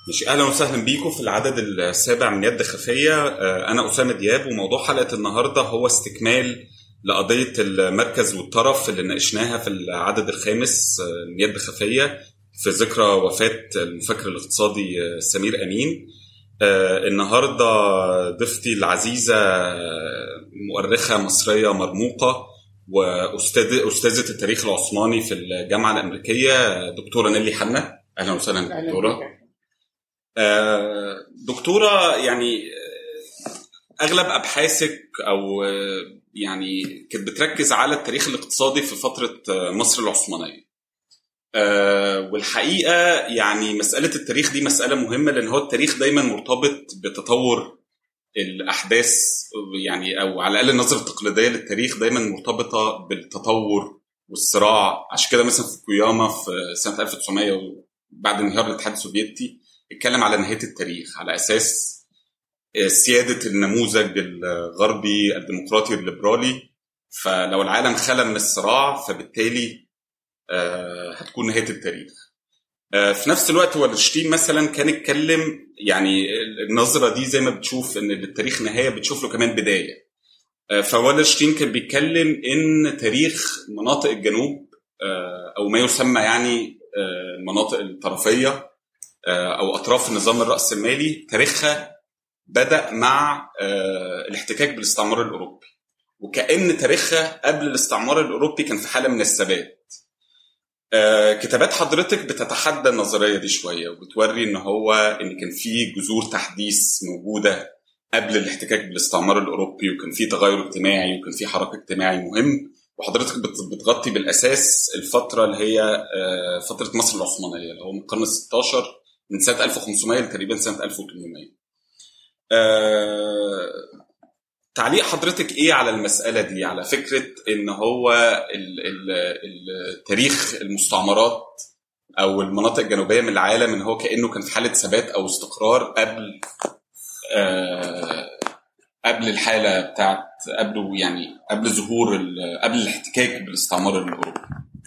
مش أهلا وسهلا بيكم في العدد السابع من يد خفية. أنا أسامة دياب، وموضوع حلقة النهاردة هو استكمال لقضية المركز والطرف اللي ناقشناها في العدد الخامس من يد خفية في ذكرى وفاة المفكر الاقتصادي سمير أمين. النهاردة ضيفتي العزيزة مؤرخة مصرية مرموقة وأستاذة التاريخ العثماني في الجامعة الأمريكية، دكتورة نيلي حنا. أهلا وسهلا دكتورة. دكتورة، يعني أغلب أبحاثك أو يعني كانت بتركز على التاريخ الاقتصادي في فترة مصر العثمانية، والحقيقة يعني مسألة التاريخ دي مسألة مهمة، لأن هو التاريخ دايما مرتبط بتطور الأحداث، يعني أو على الأقل النظرة التقليدية للتاريخ دايما مرتبطة بالتطور والصراع. عشان كده مثلا في فوكوياما في سنة 1900 وبعد انهيار الاتحاد السوفيتي اتكلم على نهاية التاريخ على أساس سيادة النموذج الغربي الديمقراطي الليبرالي، فلو العالم خلى من الصراع فبالتالي هتكون نهاية التاريخ. في نفس الوقت والشتين مثلا كان اتكلم، يعني النظرة دي زي ما بتشوف ان التاريخ نهاية بتشوف له كمان بداية. فوالشتين كان بيتكلم ان تاريخ مناطق الجنوب او ما يسمى يعني المناطق الطرفية أو أطراف النظام الرأسمالي تاريخها بدأ مع الاحتكاك بالاستعمار الأوروبي، وكأن تاريخها قبل الاستعمار الأوروبي كان في حالة من الثبات. كتابات حضرتك بتتحدى النظرية دي شوية، وبتوري إن كان في جذور تحديث موجودة قبل الاحتكاك بالاستعمار الأوروبي، وكان في تغير اجتماعي وكان في حراك اجتماعي مهم. وحضرتك بتغطي بالأساس الفترة اللي هي فترة مصر العثمانية، اللي هو من القرن 16 من سنة 1500 لتقريبا سنة 1800. تعليق حضرتك ايه على المسألة دي، على فكرة ان هو التاريخ المستعمرات او المناطق الجنوبية من العالم ان هو كأنه كان في حالة ثبات او استقرار قبل الحالة بتاعت قبله، يعني قبل ظهور قبل الاحتكاك بالاستعمار الأوروبي؟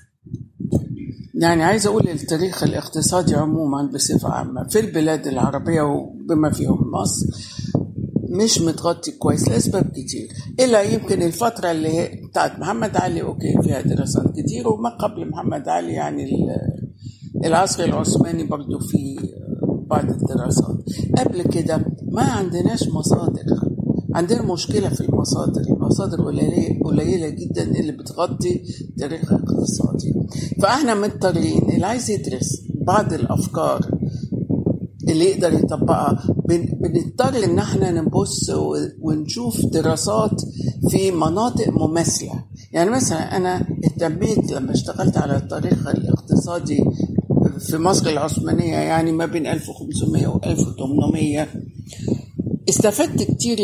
يعني عايز أقول التاريخ الاقتصادي عموما بصفة عامة في البلاد العربية وبما فيهم مصر مش متغطي كويس لأسباب كتير، إلا يمكن الفترة اللي بتاعت محمد علي أوكي فيها دراسات كتير، وما قبل محمد علي يعني العصر العثماني برضو في بعض الدراسات. قبل كده ما عندناش مصادر، عندنا مشكلة في المصادر قليلة جدا اللي بتغطي تاريخ اقتصادي. فاحنا مضطرين اللي عايز يدرس بعض الأفكار اللي يقدر يطبقها بنضطر ان احنا نبص ونشوف دراسات في مناطق مماثلة. يعني مثلا انا اهتميت لما اشتغلت على التاريخ الاقتصادي في مصر العثمانية، يعني ما بين 1500 و 1800 استفدت كتير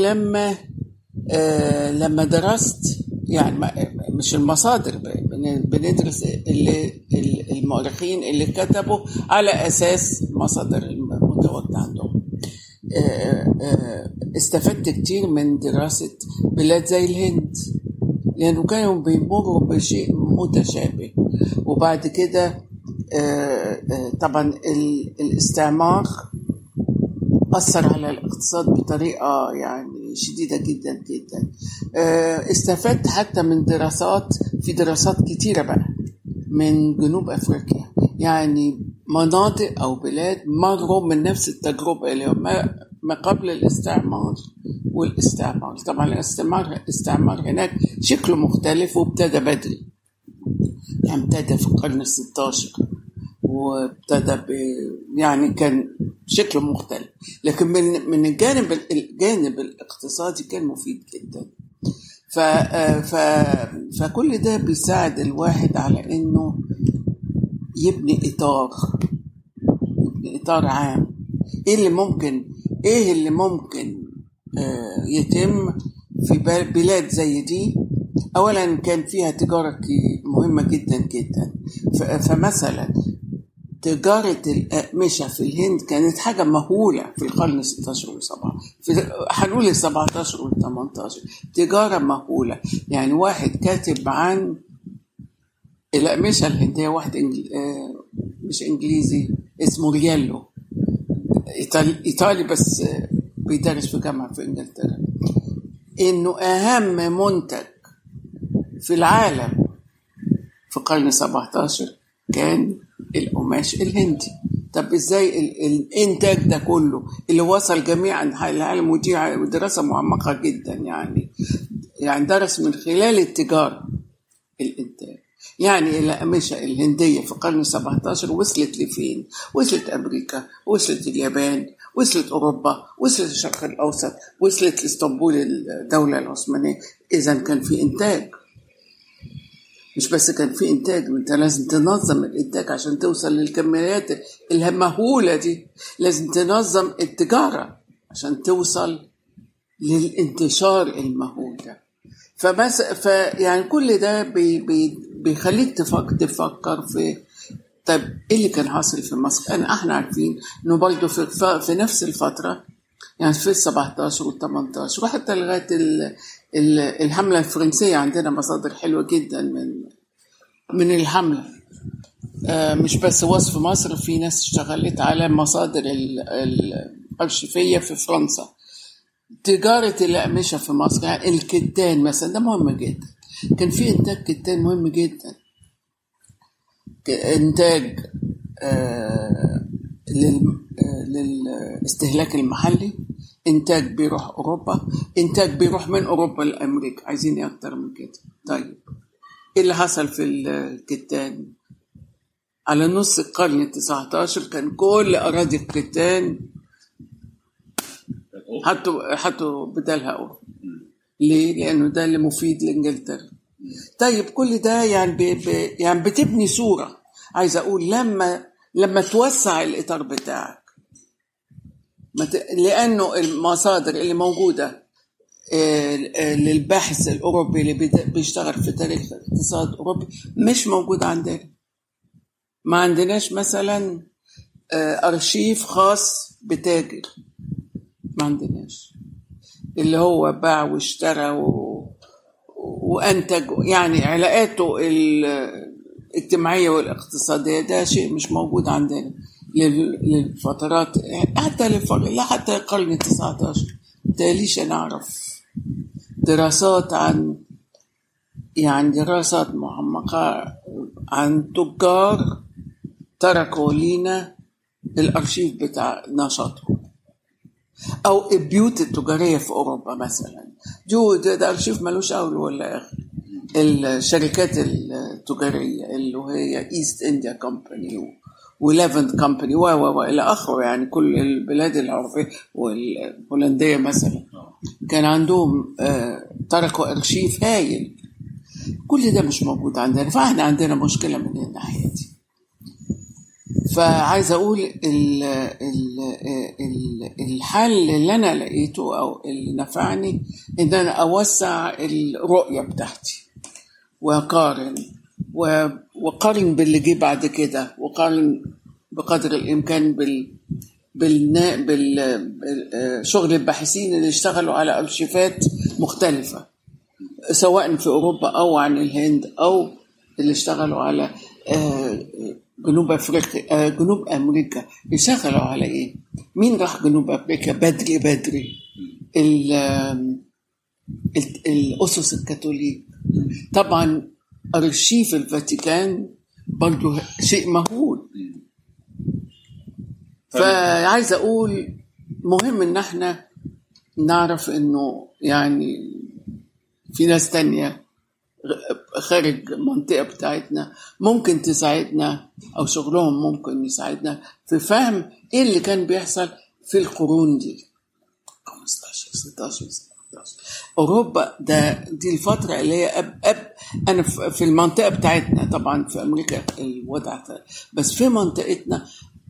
لما درست، يعني مش المصادر، بندرس المؤرخين اللي كتبوا على أساس مصادر المتواجدة عندهم. استفدت كتير من دراسة بلاد زي الهند، لأنه كانوا بيمروا بشيء متشابه. وبعد كده طبعا الاستعمار أثر على الاقتصاد بطريقة يعني شديدة جدا جدا. استفدت حتى من دراسات كتيرة بقى من جنوب أفريقيا، يعني مناطق أو بلاد مروا من نفس التجربة اللي ما قبل الاستعمار والاستعمار. طبعا الاستعمار هناك شكله مختلف وابتدى بدري، يعني ابتدى في القرن 16 وابتدى يعني كان شكله مختلف، لكن من الجانب الاقتصادي كان مفيد جدا. فكل ده بيساعد الواحد على انه يبني اطار عام. ايه اللي ممكن يتم في بلاد زي دي. اولا كان فيها تجارة مهمة جدا جدا، فمثلا تجارة الأقمشة في الهند كانت حاجة مهولة في القرن 16 و17، هنقول 17 و18 تجارة مهولة. يعني واحد كاتب عن الأقمشة الهندية، واحد مش إنجليزي اسمه ريالو، إيطالي بس بيدرس في جامعة في إنجلترا، إنه أهم منتج في العالم في القرن 17 كان القماش الهندي. طب إزاي الإنتاج ده كله اللي وصل جميع أنحاء العالم، ودي دراسة معمقة جدا يعني درس من خلال التجارة الإنتاج، يعني الأقمشة الهندية في القرن 17 وصلت لفين؟ وصلت أمريكا، وصلت اليابان، وصلت أوروبا، وصلت الشرق الأوسط، وصلت لإسطنبول الدولة العثمانية. إذن كان في إنتاج، مش بس كان في إنتاج، وإنت لازم تنظم الإنتاج عشان توصل للكميات المهولة دي. لازم تنظم التجارة عشان توصل للانتشار المهول ده. يعني كل ده بيخليك تفكر في طب إيه اللي كان حاصل في مصر. احنا عارفين إنه برضه في نفس الفترة، يعني في 17 و18 وحتى لغاية الحملة الفرنسية، عندنا مصادر حلوة جدا من الحملة. مش بس وصف مصر، في ناس اشتغلت على مصادر الأرشيفية في فرنسا. تجارة الأقمشة في مصر، يعني الكتان مثلا، ده مهم جدا. كان في إنتاج كتان مهم جدا، إنتاج للاستهلاك المحلي، إنتاج بيروح أوروبا، إنتاج بيروح من أوروبا لأمريكا. عايزين إيه أكتر من كده؟ طيب إيه اللي حصل في الكتان؟ على نص القرن 19 كان كل أراضي الكتان حطوا بدالها أوروبا. ليه؟ لأنه ده اللي مفيد لإنجلترا. طيب كل ده يعني بتبني صورة. عايز أقول لما توسع الإطار بتاعك، لأنه المصادر اللي موجودة للباحث الأوروبي اللي بيشتغل في تاريخ الاقتصاد الأوروبي مش موجود عندنا. ما عندناش مثلا أرشيف خاص بتاجر، ما عندناش اللي هو باع واشترى وأنتج، يعني علاقاته الاجتماعية والاقتصادية. ده شيء مش موجود عندنا للفترات، حتى القرن 19 تاليش أنا أعرف دراسات دراسات معمقة عن تجار تركوا لينا الأرشيف بتاع نشاطهم، أو البيوت التجارية في أوروبا مثلا. ده أرشيف ملوش أول ولا آخر. الشركات التجارية اللي هي إيست إنديا كومباني وليفنت كومباني وإلى آخره، يعني كل البلاد العربية والهولندية مثلا كان عندهم تركوا أرشيف هايل. كل ده مش موجود عندنا، فإحنا عندنا مشكلة من الناحية دي. فعايز أقول الحل اللي أنا لقيته أو اللي نفعني إن أنا أوسع الرؤية بتاعتي وقارن باللي جه بعد كده، وقارن بقدر الإمكان بالشغل الباحثين اللي اشتغلوا على أرشيفات مختلفة، سواء في أوروبا أو عن الهند، أو اللي اشتغلوا على جنوب أفريقيا، جنوب أمريكا. يشغلوا على إيه؟ مين راح جنوب أفريقيا؟ بدري الأسس الكاثوليك. طبعا أرشيف الفاتيكان برضو شيء مهول. فعايز أقول مهم إن احنا نعرف إنه يعني في ناس تانية خارج المنطقة بتاعتنا ممكن تساعدنا، أو شغلهم ممكن يساعدنا في فهم إيه اللي كان بيحصل في القرون دي 15 16 17. أوروبا دي الفترة اللي هي أنا في المنطقة بتاعتنا، طبعا في أمريكا الوضع بس في منطقتنا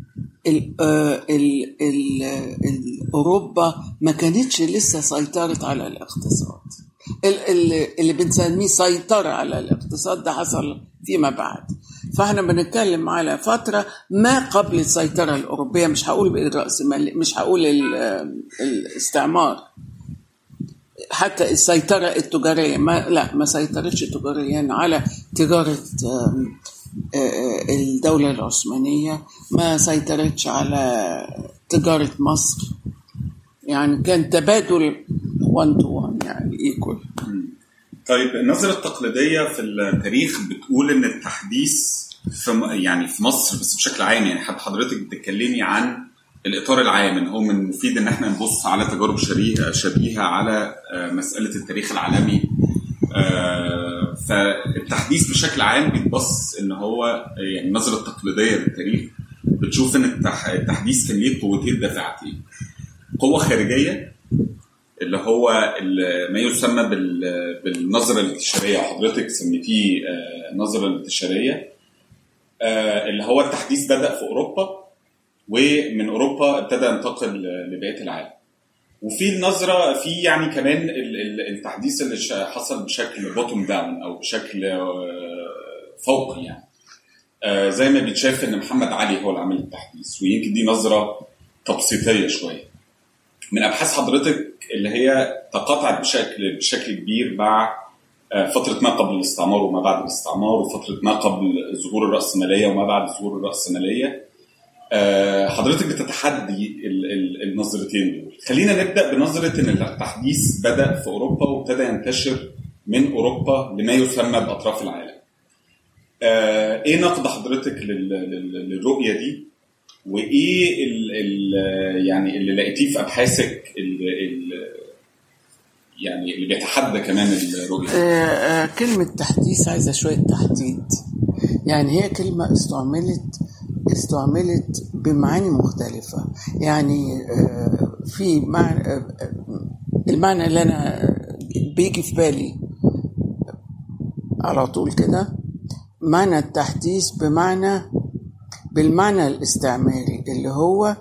أوروبا ما كانتش لسه سيطرت على الاقتصاد. اللي بنسميه سيطرة على الاقتصاد ده حصل فيما بعد. فاحنا بنتكلم على فترة ما قبل السيطرة الأوروبية. مش هقول الرأسمالية، مش هقول الاستعمار، حتى السيطرة التجارية ما سيطرتش تجاريا على تجارة الدولة العثمانية ما سيطرتش على تجارة مصر، يعني كان تبادل 1 to 1 يعني ايكول. طيب النظرة التقليدية في التاريخ بتقول ان التحديث يعني في مصر بس بشكل عام، يعني حضرتك بتتكلمي عن الاطار العام ان هو من المفيد ان احنا نبص على تجارب شبيهة على مسألة التاريخ العالمي. فالتحديث بشكل عام بيتبص ان هو يعني النظرة التقليدية للتاريخ بتشوف ان التحديث كان ليه قوتين دافعتين: قوة خارجية اللي هو ما يسمى بالنظرة الانتشارية، وحضرتك سميتيه النظرة الانتشارية، اللي هو التحديث بدأ في أوروبا ومن أوروبا ابتدى ينتقل لبقية العالم. وفي النظرة في يعني كمان التحديث اللي حصل بشكل بوتوم داون أو بشكل فوقي، يعني زي ما بيتشاف إن محمد علي هو اللي عمل التحديث، ويمكن دي نظرة تبسيطية شوية. من أبحاث حضرتك اللي هي تقاطعت بشكل كبير مع فترة ما قبل الاستعمار وما بعد الاستعمار، وفترة ما قبل ظهور الرأسمالية وما بعد ظهور الرأسمالية، حضرتك بتتحدي النظرتين دول. خلينا نبدأ بنظرة إن التحديث بدأ في أوروبا وابتدى ينتشر من أوروبا لما يسمى بأطراف العالم. إيه نقد حضرتك للرؤية دي، وإيه يعني اللي لقيتيه في أبحاثك يعني اللي بيتحدى كمان الرؤية؟ كلمة تحديث عايزة شوية تحديد. يعني هي كلمة استعملت بمعاني مختلفة. يعني في المعنى اللي أنا بيجي في بالي على طول كده معنى التحديث بالمعنى الاستعماري، اللي هو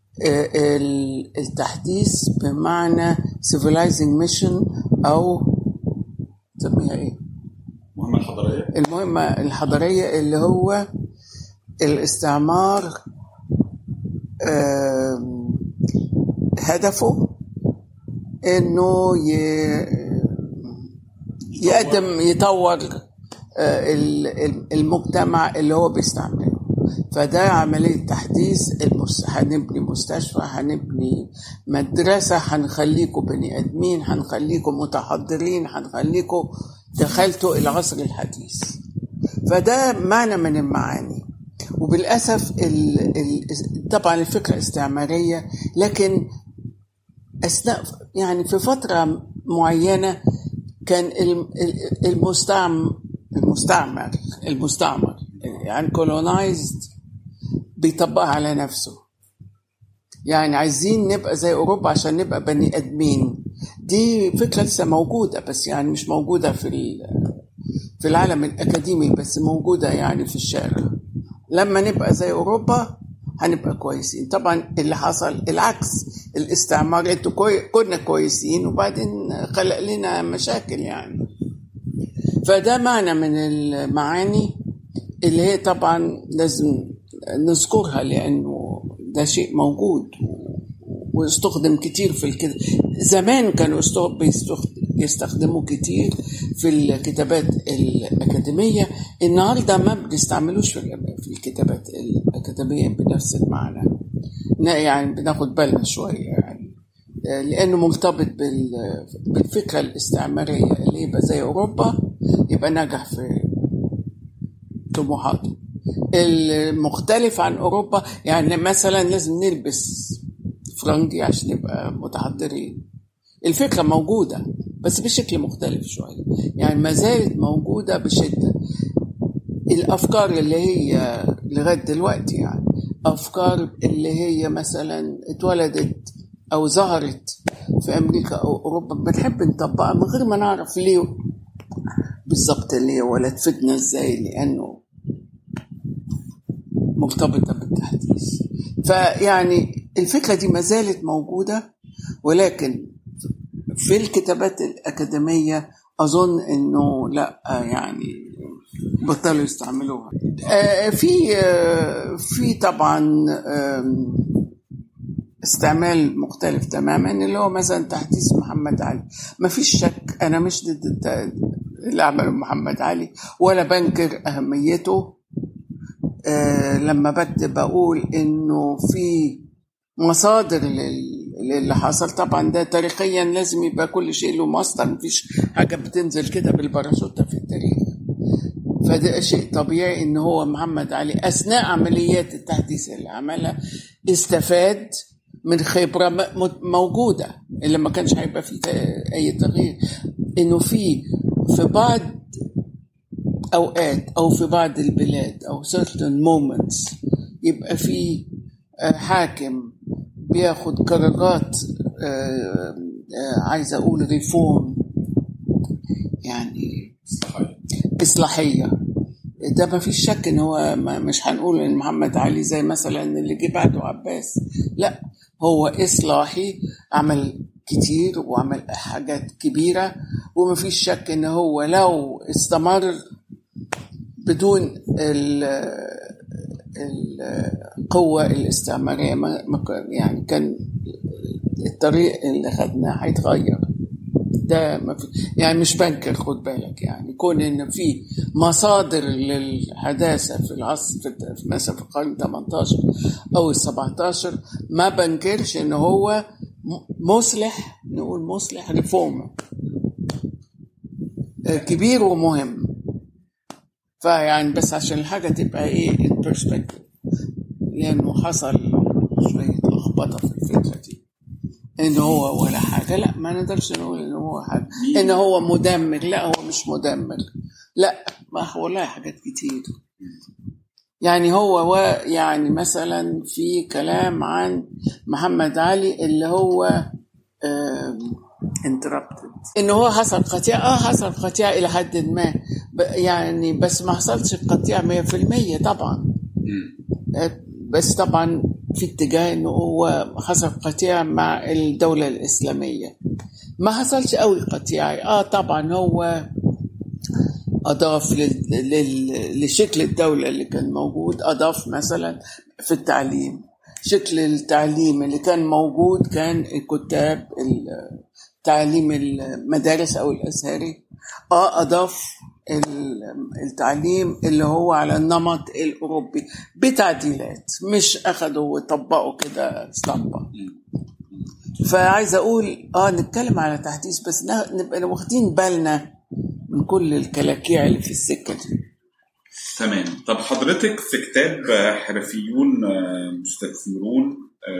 التحديث بمعنى civilizing mission أو تسميها إيه؟ المهمة الحضارية، اللي هو الاستعمار هدفه إنه يطور المجتمع اللي هو بيستعمله. فده عملية تحديث. هنبني مستشفى، هنبني مدرسة، هنخليكم بني آدمين، هنخليكم متحضرين، هنخليكم دخلتوا العصر الحديث. فده معنى من المعاني. وبالأسف طبعا الفكرة استعمارية، لكن أثناء يعني في فترة معينة كان المستعمر يعني colonized بيطبقها على نفسه. يعني عايزين نبقى زي أوروبا عشان نبقى بني آدمين. دي فكرة لسه موجودة، بس يعني مش موجودة في العالم الأكاديمي، بس موجودة يعني في الشارع. لما نبقى زي أوروبا هنبقى كويسين. طبعا اللي حصل العكس، الاستعمار كنا كويسين وبعدين خلق لنا مشاكل يعني. فده معنى من المعاني اللي هي طبعا لازم نذكرها، لأنه ده شيء موجود ويستخدم كتير في زمان كانوا يستخدموا كتير في الكتابات الأكاديمية. النهاردة ما بنستعملوش في الكتابات الأكاديمية بنفس المعنى، يعني بناخد بالنا شوية يعني، لأنه مرتبط بالفكرة الاستعمارية اللي يبقى زي أوروبا يبقى نجح في طموحاته. المختلف عن أوروبا يعني مثلا لازم نلبس فرنجي عشان نبقى متحضرين. الفكرة موجودة بس بشكل مختلف شوية، يعني ما زالت موجودة بشدة. الأفكار اللي هي لغاية دلوقتي يعني أفكار اللي هي مثلا اتولدت أو ظهرت في أمريكا أو أوروبا بنحب نطبقها من غير ما نعرف ليه بالضبط ليه ولا تفيدنا إزاي، لأنه مرتبطة بالتحديث. فيعني الفكرة دي ما زالت موجودة، ولكن في الكتابات الأكاديمية أظن إنه لا، يعني بطلوا يستعملوها. في طبعا استعمال مختلف تماما، اللي هو مثلا تحديث محمد علي. ما فيش شك أنا مش ضد اللي عمله محمد علي ولا بنكر أهميته، لما بقول انه في مصادر للي حصل. طبعا ده تاريخيا لازم يبقى كل شيء له مصدر، مفيش حاجة بتنزل كده بالباراشوت في التاريخ. فده شيء طبيعي ان هو محمد علي اثناء عمليات التحديث اللي عملها استفاد من خبرة موجودة اللي ما كانش هيبقى فيه اي تغيير. انه في بعض اوقات او في بعض البلاد او certain moments يبقى في حاكم بياخد قرارات عايز اقول ريفورم، يعني إصلاحية. ده ما فيش شك ان هو مش هنقول ان محمد علي زي مثلا اللي جه بعده عباس، لا هو إصلاحي، عمل كتير وعمل حاجات كبيرة، وما فيش شك ان هو لو استمر بدون القوة الاستعمارية يعني كان الطريق اللي خدناه هيتغير. ده ما في يعني مش بنكر، خد بالك يعني كون ان في مصادر للحداثة في العصر مثلا في القرن 18 او 17 ما بنكرش ان هو مصلح، نقول مصلح ريفورم كبير ومهم. فيعني بس عشان الحاجة تبقى ايه البرسبكتيف، لانه حصل شوية لخبطة في الفكرة دي انه هو ولا حاجة. لا ما نقدرش نقول انه هو حاجة، انه هو مدمر. لا هو مش مدمر، لا ما هو لا حاجات كتير. يعني هو يعني مثلا في كلام عن محمد علي اللي هو interrupted انه هو حصل قطيع. حصل قطيع الى حد ما يعني، بس ما حصلش قطيع 100% طبعا. بس طبعا في اتجاه انه هو حصل قطيع مع الدولة الإسلامية. ما حصلش قوي قطيع. طبعا هو أضاف لشكل الدولة اللي كان موجود. أضاف مثلا في التعليم، شكل التعليم اللي كان موجود كان الكتاب، تعليم المدارس أو الأزهري. أضاف التعليم اللي هو على النمط الأوروبي بتعديلات، مش أخدوا وطبقوا كده اسطمبة. فعايز أقول نتكلم على تحديث، بس نبقى واخدين بالنا من كل الكلاكيع اللي في السكة دي. تمام. طب حضرتك في كتاب حرفيون مستثمرون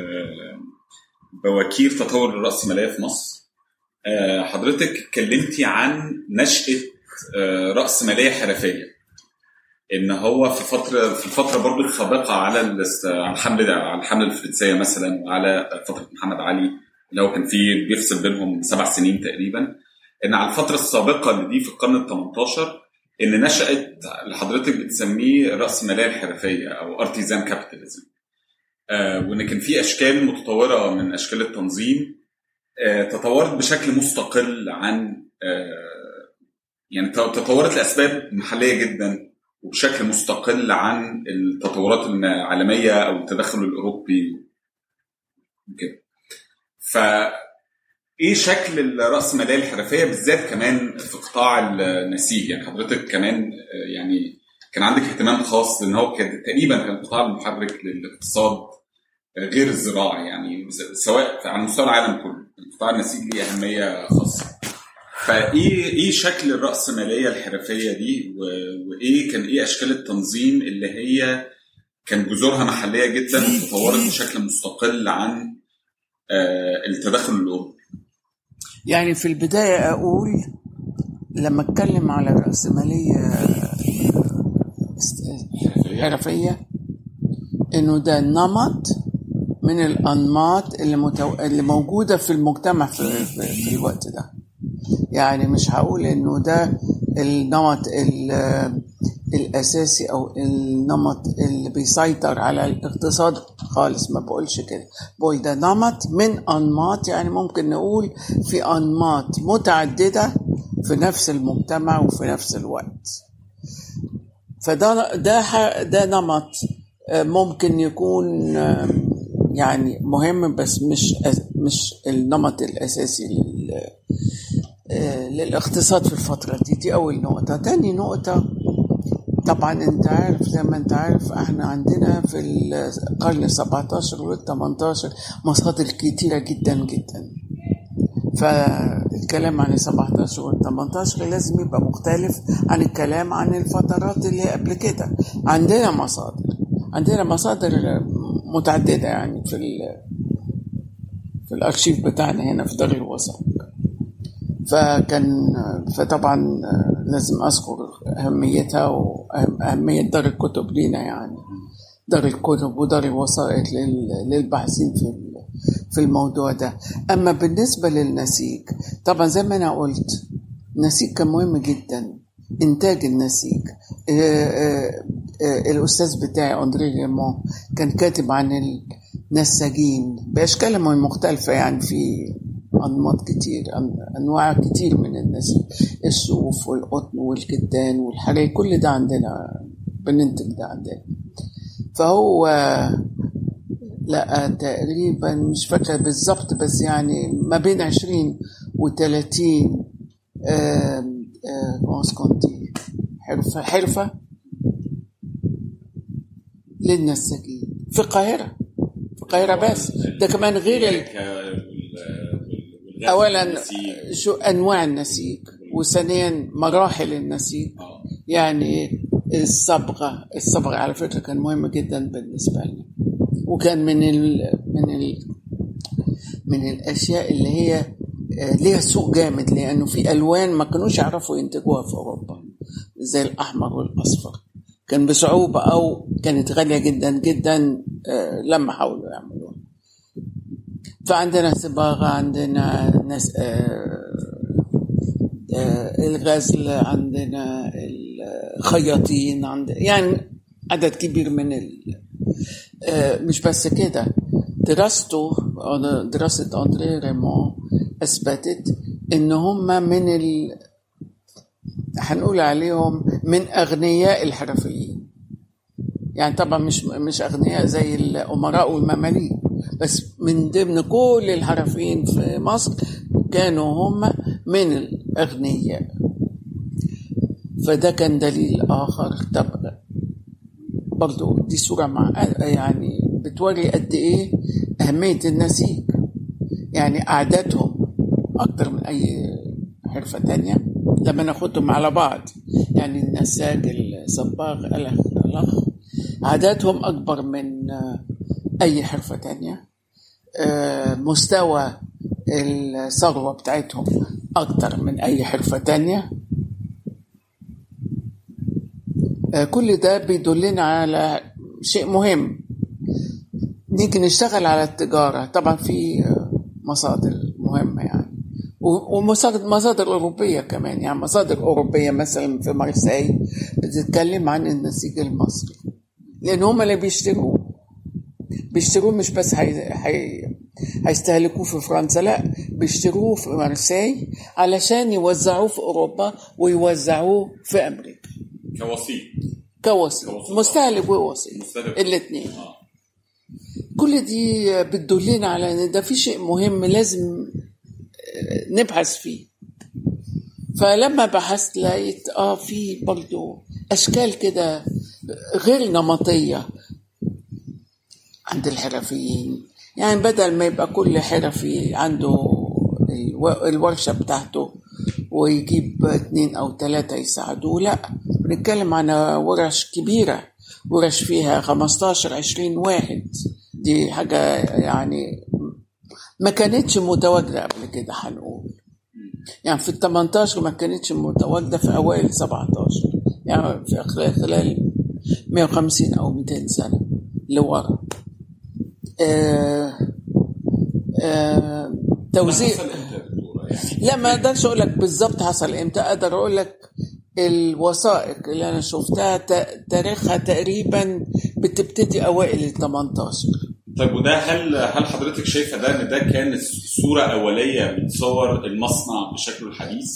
بواكير تطور الرأسمالية في مصر، حضرتك اتكلمتي عن نشأة رأسمالية حرفية، ان هو في الفترة برضو السابقة على الحملة الفرنسية مثلا، وعلى فترة محمد علي اللي هو كان فيه بيفصل بينهم 7 سنين تقريبا، ان على الفترة السابقة اللي دي في القرن ال18 ان نشأت اللي حضرتك بتسميه رأسمالية الحرفية او ارتيزان كابيتاليزم، وان كان في اشكال متطورة من اشكال التنظيم تطورت بشكل مستقل عن يعني تطورت لأسباب محلية جدا وبشكل مستقل عن التطورات العالمية أو التدخل الأوروبي كده. فإيه شكل الرأسمالية الحرفية بالذات كمان في قطاع النسيج؟ يعني حضرتك كمان يعني كان عندك اهتمام خاص لأن هو تقريبا كان القطاع المحرك للاقتصاد غير الزراعي، يعني سواء على مستوى العالم كله القطاع النسيج ليه أهمية خاصة. فايه شكل الرأسمالية الحرفية دي، وايه كان اشكال التنظيم اللي هي كان جذورها محلية جدا وتطورت بشكل مستقل عن التدخل الأوروبي؟ يعني في البداية اقول لما اتكلم على الرأسمالية حرفية انه ده نمط من الأنماط اللي موجودة في المجتمع في الوقت ده. يعني مش هقول انه ده النمط الاساسي او النمط اللي بيسيطر على الاقتصاد خالص، ما بقولش كده، بقول ده نمط من انماط. يعني ممكن نقول في انماط متعددة في نفس المجتمع وفي نفس الوقت. فده ده نمط ممكن يكون يعني مهم، بس مش النمط الاساسي للاقتصاد في الفترة دي. أول نقطة. تاني نقطة طبعا انت عارف، زي ما انت عارف احنا عندنا في القرن 17 وال 18 مصادر كتيرة جدا جدا. فالكلام عن 17 وال 18 لازم يبقى مختلف عن الكلام عن الفترات اللي قبل كده. عندنا مصادر متعددة يعني في الارشيف بتاعنا هنا في دار الوثائق. فطبعا لازم اذكر اهميتها واهمية دار الكتب لينا، يعني دار الكتب ودار الوثائق للباحثين في الموضوع ده. اما بالنسبة للنسيج، طبعا زي ما انا قلت النسيج كان مهم جدا، انتاج النسيج. الاستاذ بتاعي اندري ريمون كان كاتب عن النساجين باشكالهم مختلفة، يعني في أنماط كتير، أنواع كتير من النسيج، الصوف والقطن والكتان والحرير، كل ده عندنا بننتج ده عندنا. فهو لقى تقريبا مش فاكرة بالظبط، بس يعني ما بين 20 و30 ماسكونتي حرفة للنساجين في القاهرة بس. ده كمان غير أولا شو أنواع النسيج، وثانيا مراحل النسيج. يعني الصبغة على فكرة كان مهم جدا بالنسبة لنا، وكان من الأشياء اللي هي ليها سوق جامد، لأنه في ألوان ما كانوش يعرفوا ينتجوها في أوروبا زي الأحمر والأصفر، كان بصعوبة أو كانت غالية جدا جدا لما حاولوا يعملوها. فعندنا صباغة، عندنا الغزل، عندنا الخياطين، يعني عدد كبير من مش بس كده. دراسة أندري ريمون أثبتت إن هم هنقول عليهم من أغنياء الحرفيين. يعني طبعا مش أغنياء زي الأمراء والمماليك، بس من ضمن كل الحرفيين في مصر كانوا هم من الأغنياء. فده كان دليل آخر. طب برضو دي صورة يعني بتوري قد إيه أهمية النسيج. يعني أعدادهم أكتر من أي حرفة تانية لما ناخدهم على بعض. يعني النساج، الصباغ، الأخ، عددهم أكبر من أي حرفة تانية. مستوى الثروة بتاعتهم أكتر من أي حرفة تانية. كل ده بيدلنا على شيء مهم. نيجي نشتغل على التجارة، طبعا في مصادر مهمة يعني، ومصادر أوروبية كمان. يعني مصادر أوروبية مثلا في مارسيل بتتكلم عن النسيج المصري، لأن هم اللي بيشتروه مش بس هيستهلكوه في فرنسا، لا، بيشتروه في مارسيل علشان يوزعوه في أوروبا ويوزعوه في أمريكا كوسيط، مستهلك ووسيط الاثنين. كل دي بتدلنا على ان ده في شيء مهم لازم نبحث فيه. فلما بحثت لقيت في برضو اشكال كده غير نمطية عند الحرفيين. يعني بدل ما يبقى كل حرفي عنده الورشة بتاعته ويجيب 2 أو 3 يساعدوه، لا، بنتكلم عن ورش كبيرة، ورش فيها 15-20 واحد. دي حاجة يعني ما كانتش متواجدة قبل كده. هنقول يعني في 18 ما كانتش متواجدة في أوائل 17، يعني في خلال 150 أو 200 سنة لورا. توزيع لا، ما اقدرش اقول لك بالظبط حصل امتى. اقدر اقول لك الوثائق اللي انا شفتها تاريخها تقريبا بتبتدي اوائل ال 18. طيب، وده هل حضرتك شايفه ده ان ده كانت صوره اوليه من صور المصنع بشكله الحديث؟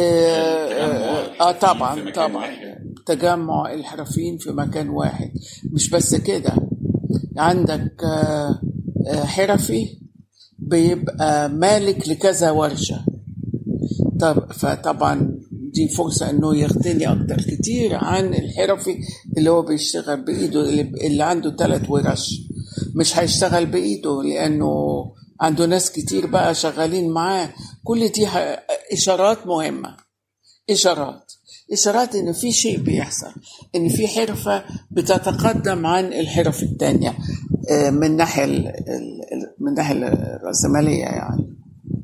طبعا تجمع الحرفيين في مكان واحد. مش بس كده، عندك حرفي بيبقى مالك لكذا ورشة. فطبعا دي فرصة انه يغتني اكتر كتير عن الحرفي اللي هو بيشتغل بايده، اللي عنده 3 ورش مش هيشتغل بايده لانه عنده ناس كتير بقى شغالين معاه. كل دي اشارات مهمة، إشارات إن في شيء بيحصل، إن في حرفة بتتقدم عن الحرف التانية من ناحية الرأسمالية يعني.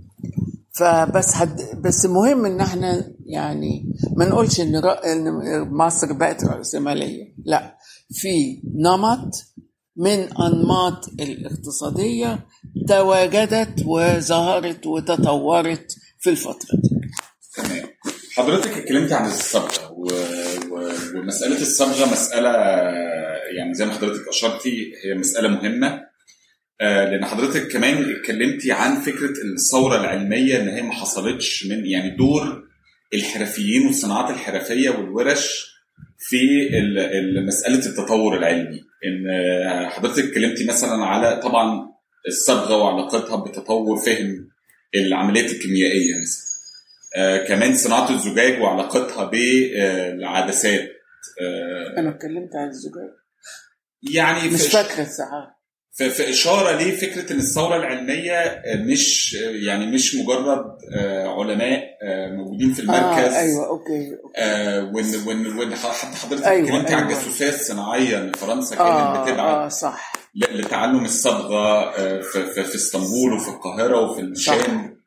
بس مهم إن احنا يعني ما نقولش إن مصر بقت رأسمالية، لا، في نمط من أنماط الاقتصادية تواجدت وظهرت وتطورت في الفترة دي. تمام. حضرتك اتكلمت عن الصبغة ومسألة الصبغة مسألة يعني زي ما حضرتك أشرتي هي مسألة مهمة، لأن حضرتك كمان اتكلمتي عن فكرة الثورة العلمية إن هي ما حصلتش من يعني دور الحرفيين والصناعات الحرفية والورش في مسألة التطور العلمي. إن حضرتك اتكلمتي مثلا على طبعا الصبغة وعلاقتها بتطور فهم العمليات الكيميائية مثلا. كمان صناعة الزجاج وعلاقتها بالعدسات. أنا اتكلمت عن الزجاج يعني مش فاكرة الساعات. في إشارة ليه فكرة إن الثورة العلمية مش مجرد علماء موجودين في المركز. أيوة أوكي. وإن حتى حضرتك اتكلمتي عن الجاسوسية الصناعية إن فرنسا كانت بتبعت صح لتعلم الصبغة في اسطنبول وفي القاهرة وفي الشام.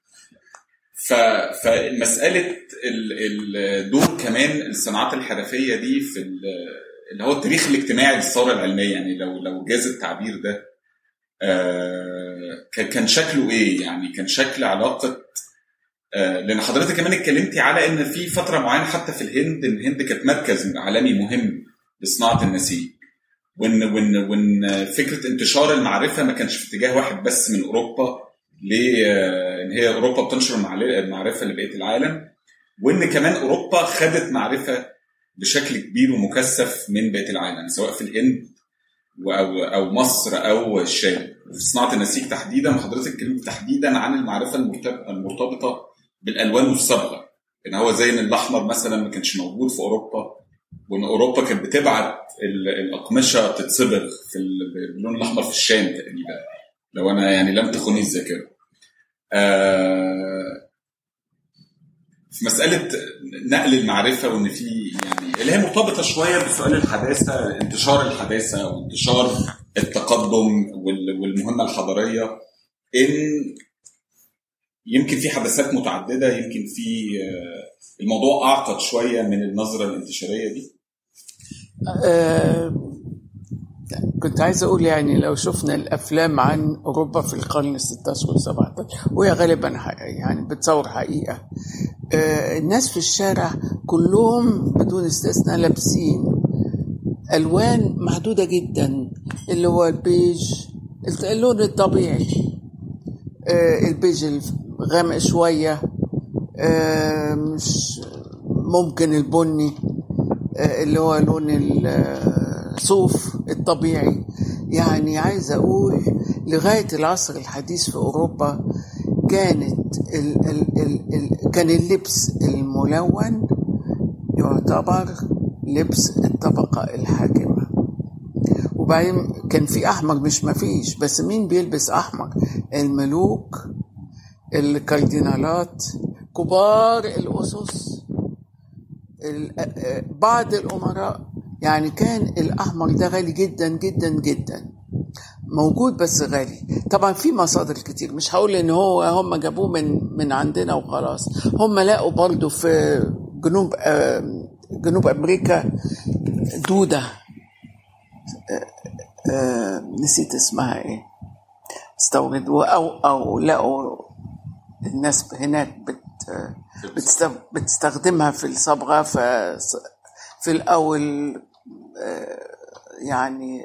فمسألة الدور كمان الصناعات الحرفية دي في اللي هو التاريخ الاجتماعي للثورة العلمية، يعني لو جاز التعبير ده، كان شكله ايه؟ يعني كان شكل علاقة، لأن حضرتك كمان اتكلمتي على ان في فترة معينة حتى في الهند كانت مركز عالمي مهم لصناعة النسيج، وان فكرة انتشار المعرفة ما كانش في اتجاه واحد بس من أوروبا، لان هي اوروبا بتنشر المعرفه لبقيه العالم، وان كمان اوروبا خدت معرفه بشكل كبير ومكثف من بقيه العالم سواء في الهند او مصر او الشام. في صناعه النسيج تحديدا حضرتك اتكلمت تحديدا عن المعرفه المرتبطه بالالوان والصبغه، ان هو زي ان الاحمر مثلا ما كانش موجود في اوروبا، وان اوروبا كانت بتبعت الاقمشه تتصبغ باللون الاحمر في الشام تقريبا، لو أنا يعني لم تخني الذاكرة. في مسألة نقل المعرفة، وإن في يعني اللي هي مرتبطة شوية بسؤال الحداثة، انتشار الحداثة وانتشار التقدم والمهمة الحضارية، إن يمكن في حدثات متعددة، يمكن في الموضوع أعقد شوية من النظرة الانتشارية دي. كنت عايز أقول يعني لو شفنا الأفلام عن أوروبا في القرن 16 و 17 وهي غالبا يعني بتصور حقيقة، الناس في الشارع كلهم بدون استثناء لابسين ألوان محدودة جدا، اللي هو البيج، اللون الطبيعي، البيج الغامق شوية، مش ممكن البني اللي هو لون الصوف الطبيعي. يعني عايز أقول لغاية العصر الحديث في أوروبا كان اللبس الملون يعتبر لبس الطبقة الحاكمة. وبعدين كان في أحمر، مش مفيش، بس مين بيلبس أحمر؟ الملوك، الكاردينالات، كبار الأسس، بعض الأمراء. يعني كان الأحمر ده غالي جدا جدا جدا موجود، بس غالي. طبعا في مصادر كتير، مش هقول ان هم جابوه من عندنا وخلاص. هم لقوا برضو في جنوب أمريكا دودة، نسيت اسمها ايه، استوردوا او لقوا الناس هناك بتستخدمها في الصبغة. في الأول يعني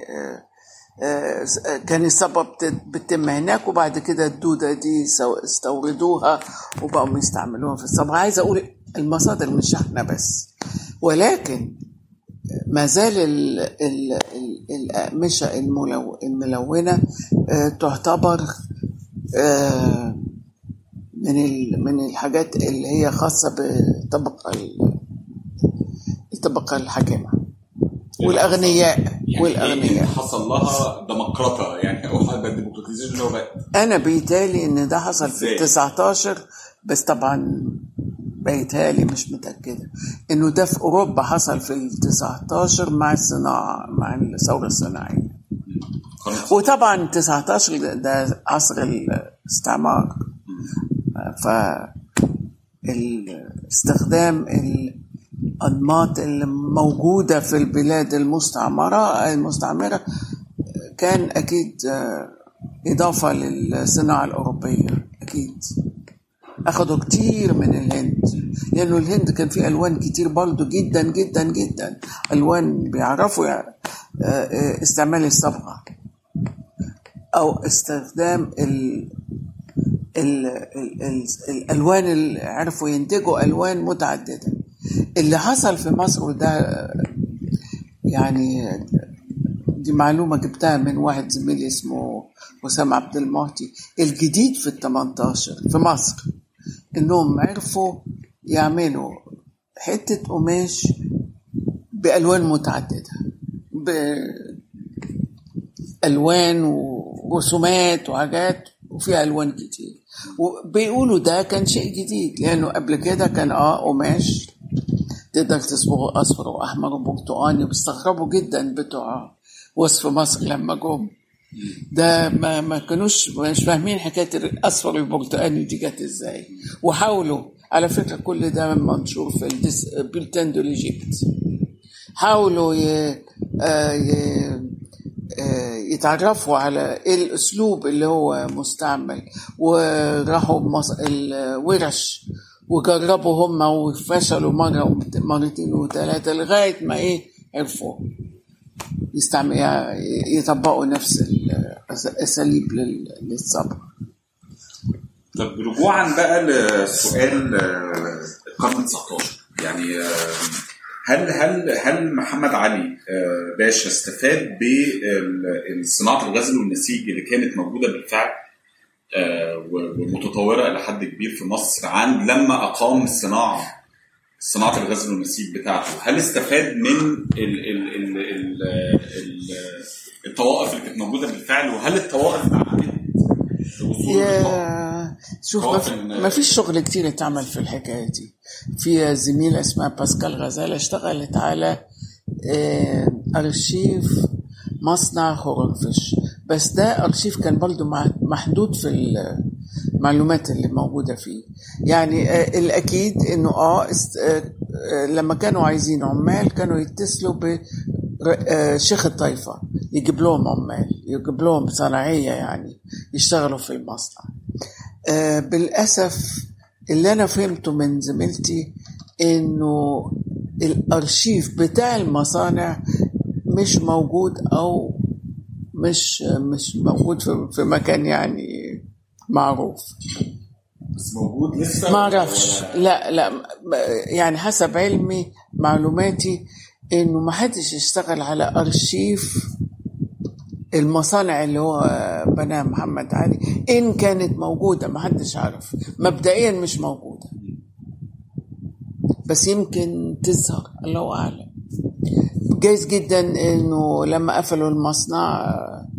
كان الصبغة بتتم هناك، وبعد كده الدودة دي استوردوها وبقوا يستعملوها في الصبغة. عايز أقول المصادر مش احنا بس، ولكن ما زال الأقمشة الملونة تعتبر من الحاجات اللي هي خاصة بالطبقة الطبقة الحاكمة والأغنياء يعني والأغنياء حصل لها ديمقراطة يعني أو حاجة ديمقراطيزيشن اللي هو بقى. أنا بيتهيألي إن ده حصل في 19 بس طبعا بيتهيألي مش متأكدة إنه ده في أوروبا حصل في 19 مع الصناعة مع الثورة الصناعية. وطبعا 19 ده عصر الاستعمار، فاستخدام الأنماط اللي موجودة في البلاد المستعمرة كان أكيد إضافة للصناعة الأوروبية. أكيد أخذوا كتير من الهند، لأنه الهند كان فيه ألوان كتير برضو جدا جدا جدا، ألوان بيعرفوا استعمال الصبغة أو استخدام الألوان اللي عرفوا ينتجوا ألوان متعددة. اللي حصل في مصر وده يعني دي معلومة جبتها من واحد زميلي اسمه وسام عبد المعطي، الجديد في 18 في مصر إنهم عرفوا يعملوا حتة قماش بألوان متعددة، بألوان ورسومات وحاجات وفيها ألوان كتير. وبيقولوا ده كان شيء جديد، لأنه قبل كده كان قماش تقدر تصبغه أصفر وأحمر وبرتقاني، وبيستغربوا جدا بتوع وصف مصر لما جم ده ما كانوش مش فاهمين حكاية الأصفر والبرتقاني دي جت إزاي. وحاولوا على فكرة كل ده منشور في البلتان دو ليجيبت، حاولوا يتعرفوا على الأسلوب اللي هو مستعمل، وراحوا الورش وجربوا هم وفشلوا مرة ومرتين وثلاثة لغاية ما عرفوا يطبقوا نفس الأساليب للصبر. طب رجوعا بقى لسؤال القرن 19 يعني هل محمد علي باشا استفاد بصناعة الغزل والنسيج اللي كانت موجودة بالفعل ومتطورة إلى حد كبير في مصر عن لما أقام صناعة الغزل والنسيج بتاعته؟ هل استفاد من الطوائف اللي كانت موجودة بالفعل، وهل الطوائف دعمت وصول شوف ما فيش شغل كتير اتعمل في الحكاية دي. في زميلة اسمها باسكال غزالة اشتغلت على أرشيف مصنع خرنفش، بس ده أرشيف كان برضو محدود في المعلومات اللي موجودة فيه. يعني الأكيد إنه لما كانوا عايزين عمال كانوا يتصلوا بشيخ الطائفة يجيب لهم عمال، يجيب لهم صناعية يعني يشتغلوا في المصنع. بالأسف اللي أنا فهمته من زميلتي إنه الأرشيف بتاع المصانع مش موجود أو مش موجود في مكان يعني معروف. بس موجود لسه؟ ما أعرفش، لا يعني حسب علمي معلوماتي إنه ما حدش يشتغل على أرشيف المصانع اللي هو بناها محمد علي. إن كانت موجودة ما حدش عارف، مبدئيا مش موجودة، بس يمكن تظهر الله أعلم. جايز جدا إنه لما قفلوا المصنع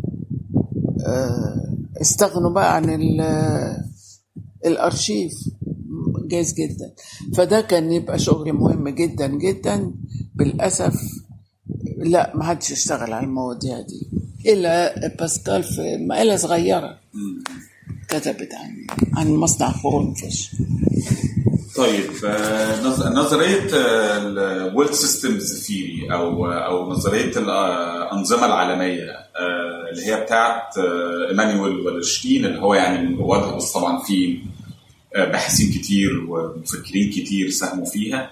استغنوا بقى عن الأرشيف، جايز جدا. فده كان يبقى شغل مهم جدا جدا. بالأسف لا ما حدش يشتغل على المواضيع دي إلا باسكال في مقالة صغيرة كتبت عن مصنع خرنفش. طيب نظرية الورلد سيستمز ثيوري أو نظرية الأنظمة العالمية اللي هي بتاعت إيمانويل والشتين، اللي هو يعني من روادها، بس طبعا في باحثين كتير ومفكرين كتير ساهموا فيها،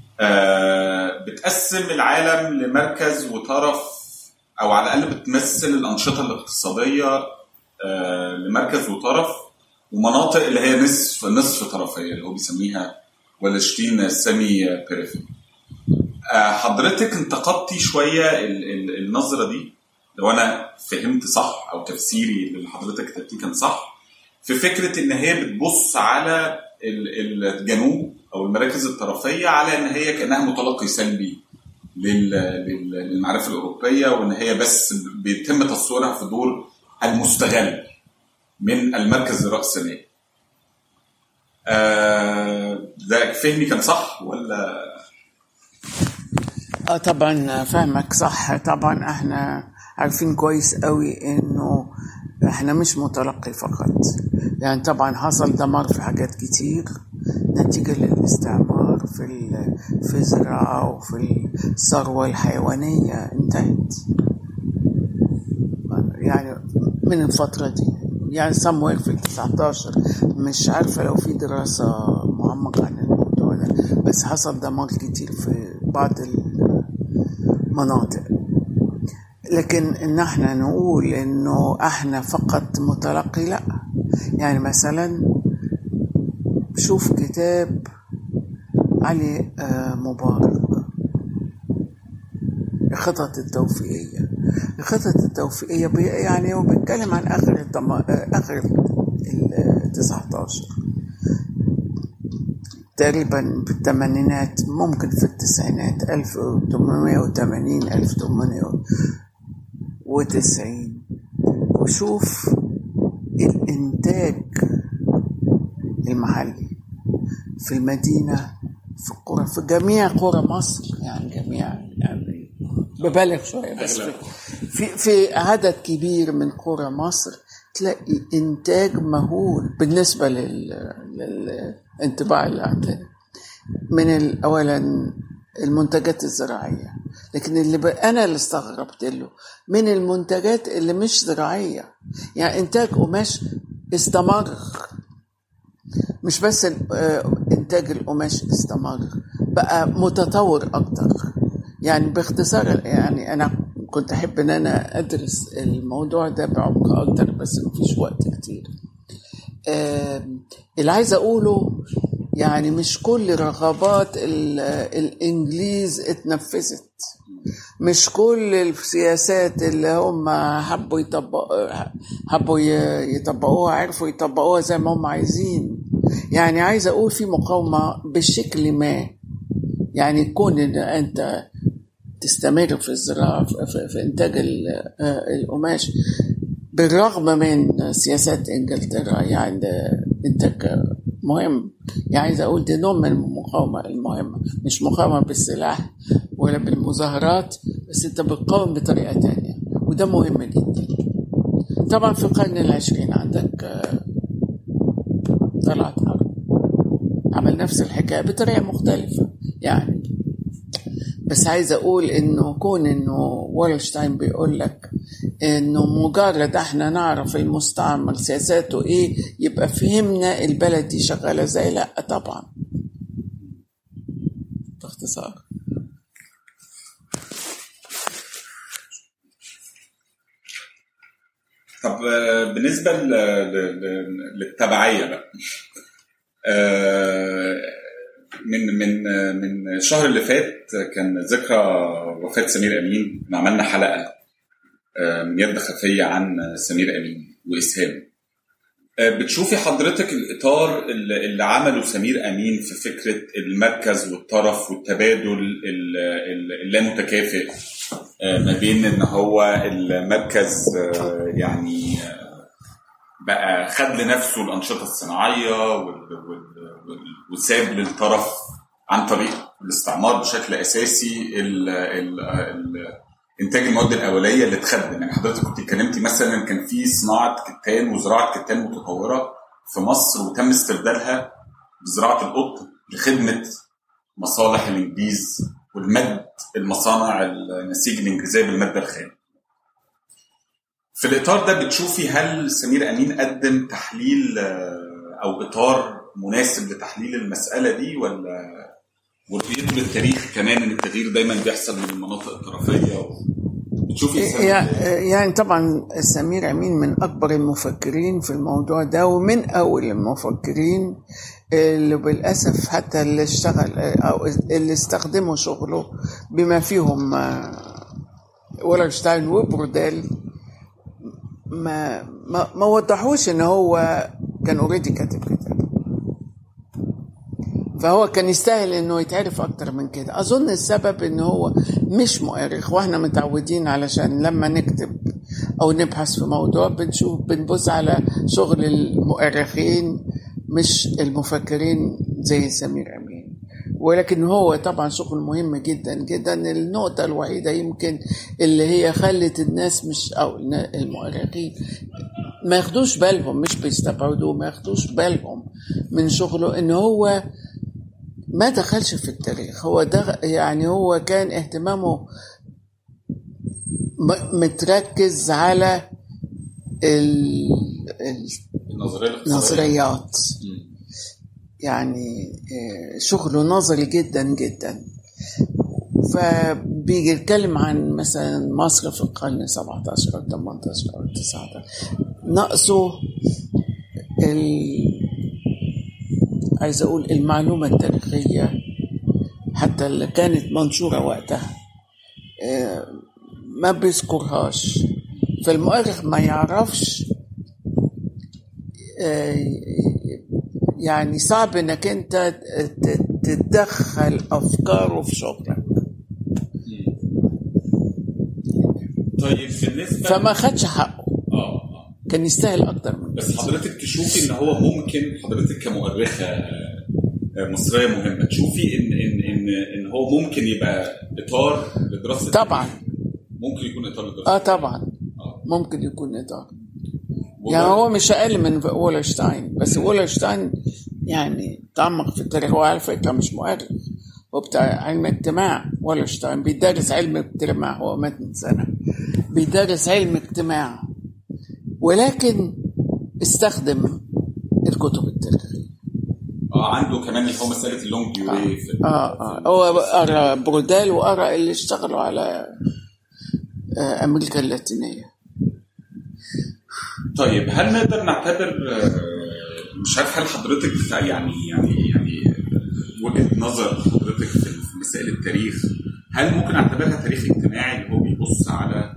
بتقسم العالم لمركز وطرف، أو على الأقل بتمثل الأنشطة الاقتصادية لمركز وطرف، ومناطق اللي هي نصف طرفية اللي هو بيسميها والشتين سامي بيريفيري. حضرتك انتقدتي شوية النظرة دي، لو أنا فهمت صح أو تفسيري اللي حضرتك كتبتيه كان صح، في فكرة إن هي بتبص على الجنوب أو المراكز الطرفية على إن هي كأنها متلقي سلبي للمعرفة الأوروبية، وإن هي بس بيتم تصويرها في دور المستغل من المركز الرأسمالي. ده فهمي كان صح ولا؟ طبعا فهمك صح. طبعا احنا عارفين كويس قوي انه احنا مش متلقي فقط، يعني طبعا حصل دمار في حاجات كتير نتيجة للاستعمار في الزراعة وفي الثروة الحيوانية انتهت يعني من الفترة دي، يعني somewhere في 19. مش عارفة لو في دراسة معمقة عن الموضوع ده، بس حصل دمار كتير في بعض المناطق. لكن ان احنا نقول انه احنا فقط متلقي، لا. يعني مثلا شوف كتاب علي مبارك، الخطط التوفيقية. الخطط التوفيقية يعني هو بيتكلم عن آخر 19 تقريبا في الثمانينات، ممكن في التسعينات، 1880 1890. وشوف الإنتاج المحلي في المدينة، في القرى، في جميع قرى مصر، يعني جميع، يعني ببالغ شوية، بس في عدد كبير من قرى مصر تلاقي إنتاج مهول بالنسبة للانطباع اللي عندنا من أولا المنتجات الزراعية. لكن أنا اللي استغربت له من المنتجات اللي مش زراعية، يعني إنتاج قماش استمر، مش بس إنتاج القماش استمر، بقى متطور أكتر. يعني باختصار، يعني أنا كنت أحب أن أنا أدرس الموضوع ده بعمق أكتر، بس مفيش وقت كتير. اللي عايز أقوله يعني مش كل رغبات الإنجليز اتنفذت، مش كل السياسات اللي هم حبوا يطبقوها عرفوا يطبقوها زي ما هم عايزين. يعني عايز أقول في مقاومة بالشكل ما، يعني كون إن أنت تستمر في الزراعة في إنتاج القماش بالرغم من سياسات إنجلترا، يعني إنتاج مهم. يعني عايز أقول دي نوع من المقاومة المهمة، مش مقاومة بالسلاح ولا بالمظاهرات، بس أنت بتقاوم بطريقة تانية، وده مهم جدا. طبعا في القرن العشرين عندك طلعت حرب عمل نفس الحكاية بطريقة مختلفة يعني. بس عايز أقول إنه كون إنه والشتاين بيقول لك إنه مجرد إحنا نعرف المستعمر سياساته إيه يبقى فهمنا البلد دي شغالة زي، لا طبعا، باختصار. طب بالنسبة للتبعية بقى، من الشهر اللي فات كان ذكرى وفاة سمير أمين، عملنا حلقة من يد خفية عن سمير أمين وإسهام. بتشوفي حضرتك الإطار اللي عمله سمير أمين في فكرة المركز والطرف والتبادل اللامتكافئ ما بين إن هو المركز يعني بقى خد لنفسه الأنشطة الصناعية وساب للطرف عن طريق الاستعمار بشكل أساسي إنتاج المواد الأولية اللي تخدم. يعني حضرتك كنت اتكلمتي مثلا كان في صناعة كتان وزراعة كتان متطورة في مصر، وتم استبدالها بزراعة القطن لخدمة مصالح الإنجليز والمد المصانع النسيج الإنجليزية بالمادة الخام. في الإطار ده بتشوفي هل سمير أمين قدم تحليل أو إطار مناسب لتحليل المسألة دي، ولا ورؤيته للتاريخ كمان ان التغيير دايما بيحصل من المناطق الطرفيه؟ بتشوفي يعني طبعا سمير أمين من اكبر المفكرين في الموضوع ده، ومن اول المفكرين اللي بالاسف حتى اللي اشتغل او اللي استخدموا شغله بما فيهم والشتاين وبروديل ما وضحوش ان هو كان اوريدي كاتب كتاب. فهو كان يستاهل انه يتعرف اكتر من كده. اظن السبب انه هو مش مؤرخ، واحنا متعودين علشان لما نكتب او نبحث في موضوع بنبص على شغل المؤرخين مش المفكرين زي سمير أمين. ولكن هو طبعا شغل مهم جدا جدا. النقطة الوحيدة يمكن اللي هي خلت الناس مش او المؤرخين ما ياخدوش بالهم، مش بيستبعدوه، ما ياخدوش بالهم من شغله، ان هو ما دخلش في التاريخ. هو ده يعني هو كان اهتمامه متركز على النظريات، يعني شغله نظري جدا جدا. فبيجي يتكلم عن مثلا مصر في القرن 17 أو 18 أو 19، نقصه عايز أقول المعلومة التاريخية حتى اللي كانت منشورة وقتها ما بيذكرهاش. فالمؤرخ ما يعرفش، يعني صعب انك انت تتدخل افكاره في شغلك. طيب بالنسبه فما خدش حقه. كان يستاهل اكتر من بس حضرتك تشوفي ان هو ممكن، حضرتك كمؤرخه مصريه مهمه، تشوفي ان هو ممكن يبقى اطار لدراسه؟ طبعا ممكن يكون اطار لدراسه. طبعا ممكن يكون اطار. يعني هو مش اقل من وولرشتاين، بس وولرشتاين يعني تعمق في التاريخ. هو على فكره مش مؤرخ، هو بتاع علم اجتماع. وولرشتاين بيدرس علم اجتماع، هو مات من سنه بيدرس علم اجتماع، ولكن استخدم الكتب التاريخيه. عنده كمان اللي هو مساله اللونج ديوري. هو قرا برودال وقرا اللي اشتغلوا على امريكا اللاتينيه. طيب هل نقدر نعتبر، مش عارف، هل حضرتك يعني وجهة نظر حضرتك في مسائل التاريخ، هل ممكن نعتبرها تاريخ اجتماعي اللي هو بيبص على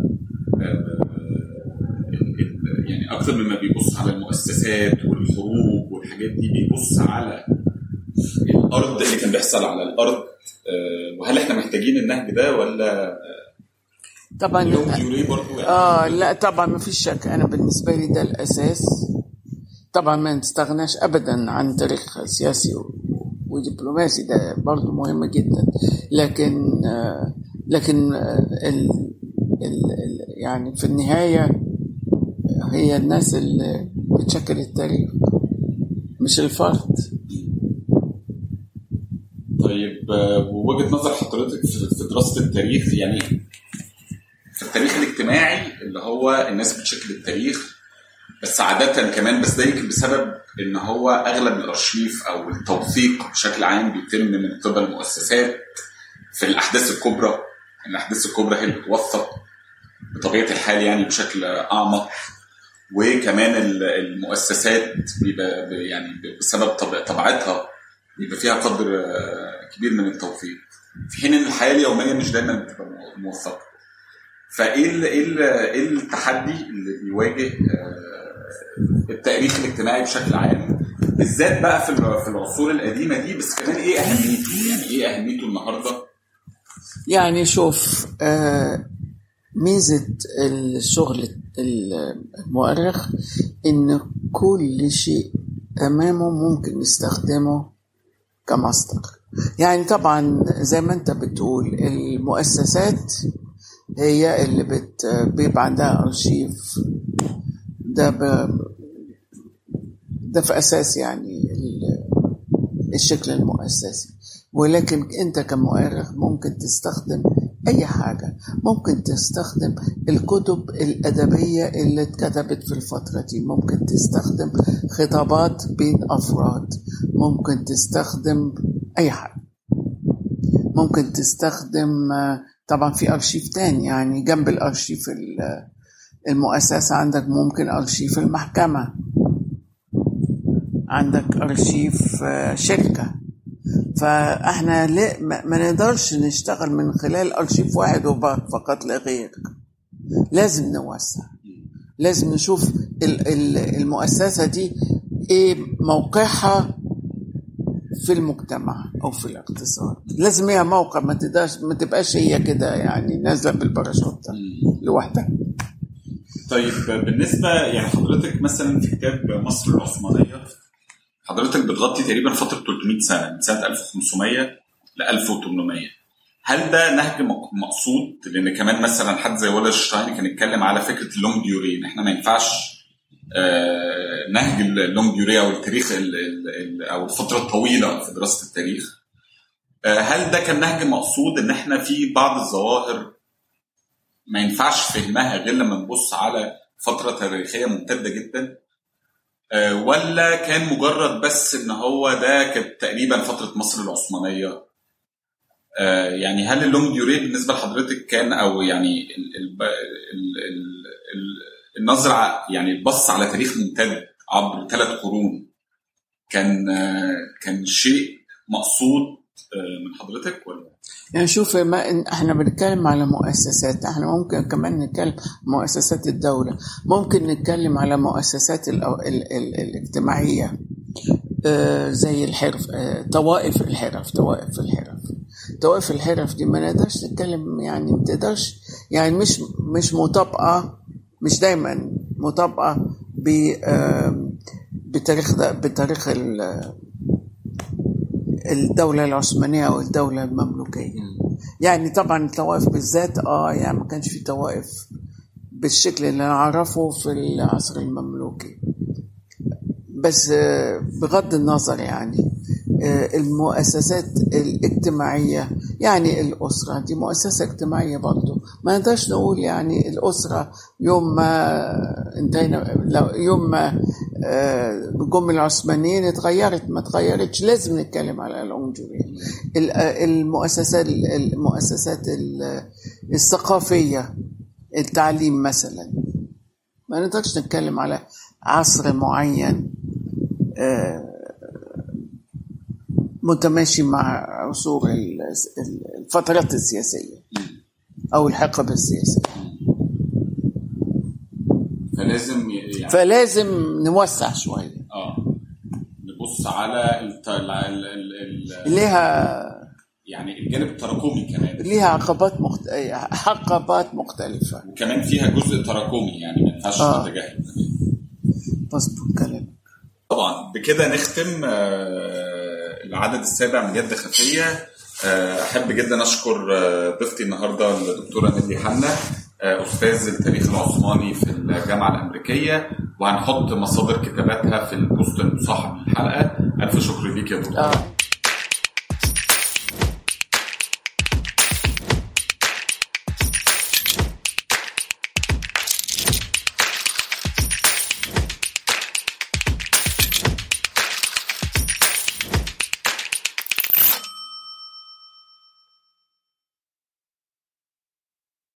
يعني أكثر مما بيبص على المؤسسات والحروب والحاجات دي، بيبص على الأرض اللي كان بيحصل على الأرض، وهل احنا محتاجين النهج ده ولا طبعا يعني؟ لا طبعا ما فيش شك. انا بالنسبه لي ده الاساس. طبعا ما نستغناش ابدا عن تاريخ سياسي ودبلوماسي، ده برضو مهم جدا. لكن يعني في النهايه هي الناس اللي بتشكل التاريخ مش الفرد. طيب ووجهة نظر حضرتك في دراسه التاريخ، يعني في التاريخ الاجتماعي اللي هو الناس بتشكل التاريخ، بس عادة كمان، بس ده يمكن بسبب ان هو اغلب الارشيف او التوثيق بشكل عام بيتم من قبل المؤسسات في الاحداث الكبرى. الاحداث الكبرى هي اللي بتوثق بطبيعة الحال يعني بشكل اعمق، وكمان المؤسسات بيبقى يعني بسبب طبيعتها بيبقى فيها قدر كبير من التوثيق، في حين ان الحياة اليومية مش دايما بتبقى موثقة. فايه التحدي اللي بيواجه التاريخ الاجتماعي بشكل عام، بالذات بقى في العصور القديمه دي، بس كمان ايه اهميته؟ يعني ايه اهميته النهارده؟ يعني شوف، ميزه الشغل المؤرخ ان كل شيء امامه ممكن يستخدمه كمصدر. يعني طبعا زي ما انت بتقول المؤسسات هي اللي بيبقى عندها أرشيف، ده في أساس يعني الشكل المؤسسي. ولكن أنت كمؤرخ ممكن تستخدم أي حاجة. ممكن تستخدم الكتب الأدبية اللي اتكتبت في الفترة دي، ممكن تستخدم خطابات بين أفراد، ممكن تستخدم أي حاجة. ممكن تستخدم طبعا في أرشيف تاني، يعني جنب الأرشيف المؤسسة عندك ممكن أرشيف المحكمة، عندك أرشيف شركة. فإحنا ما نقدرش نشتغل من خلال أرشيف واحد فقط لا غير. لازم نوسع، لازم نشوف المؤسسة دي إيه موقعها في المجتمع أو في الاقتصاد. لازم هي موقع، ما تبقاش هي كده يعني نازلة بالباراشوت لوحدها. طيب بالنسبة يعني حضرتك مثلا في كتاب مصر العثمانية حضرتك بتغطي تقريبا فترة 300 سنة من سنة 1500 ل 1800. هل ده نهج مقصود؟ لأن كمان مثلا حد زي والرشتاين كان يتكلم على فكرة اللونج ديوري، إن إحنا ما ينفعش نهج اللونج ديوري أو التاريخ أو الفترة الطويلة في دراسة التاريخ. هل ده كان نهج مقصود إن إحنا في بعض الظواهر ما ينفعش فهمها غير لما نبص على فترة تاريخية ممتدة جدا، ولا كان مجرد بس ان هو ده كانت تقريبا فترة مصر العثمانية؟ يعني هل اللونج ديوري بالنسبة لحضرتك كان، او يعني النظرة يعني البص على تاريخ ممتد عبر 3 قرون كان شيء مقصود من حضرتك ولا؟ يعني شوف، ما احنا بنتكلم على مؤسسات، احنا ممكن كمان نتكلم مؤسسات الدولة، ممكن نتكلم على مؤسسات الاجتماعية زي الحرف، طوائف الحرف دي ما نقدرش نتكلم، يعني ما تقدرش، يعني مش مطابقة، مش دايما مطابقة بتاريخ الدولة العثمانية أو الدولة المملوكية. يعني طبعا الطوائف بالذات يعني ما كانش في طوائف بالشكل اللي نعرفه في العصر المملوكي. بس بغض النظر يعني المؤسسات الاجتماعية، يعني الأسرة دي مؤسسة اجتماعية برضو. ما نقدرش نقول يعني الأسرة يوم ما انتهينا، يوم ما جم العثمانيين اتغيرت، ما اتغيرتش. لازم نتكلم على العنجرية. المؤسسات الثقافية، التعليم مثلا، ما نقدرش نتكلم على عصر معين متماشي مع عصور الفترات السياسية أو الحقبة السياسية. فلازم نوسع شوية، نبص على ليها يعني الجانب التراكمي، كمان ليها حقبات مختلفة، وكمان فيها جزء تراكمي، يعني ما ينفعش نتجاهله. مظبوط كلام. طبعا بكده نختم العدد السابع من يد خفية. أحب جدا أشكر ضيفتي النهاردة الدكتورة نيلي حنا، أستاذ التاريخ العثماني في الجامعة الأمريكية، وهنحط مصادر كتاباتها في البوست المصاحب للحلقة. ألف شكر ليك يا دكتورة.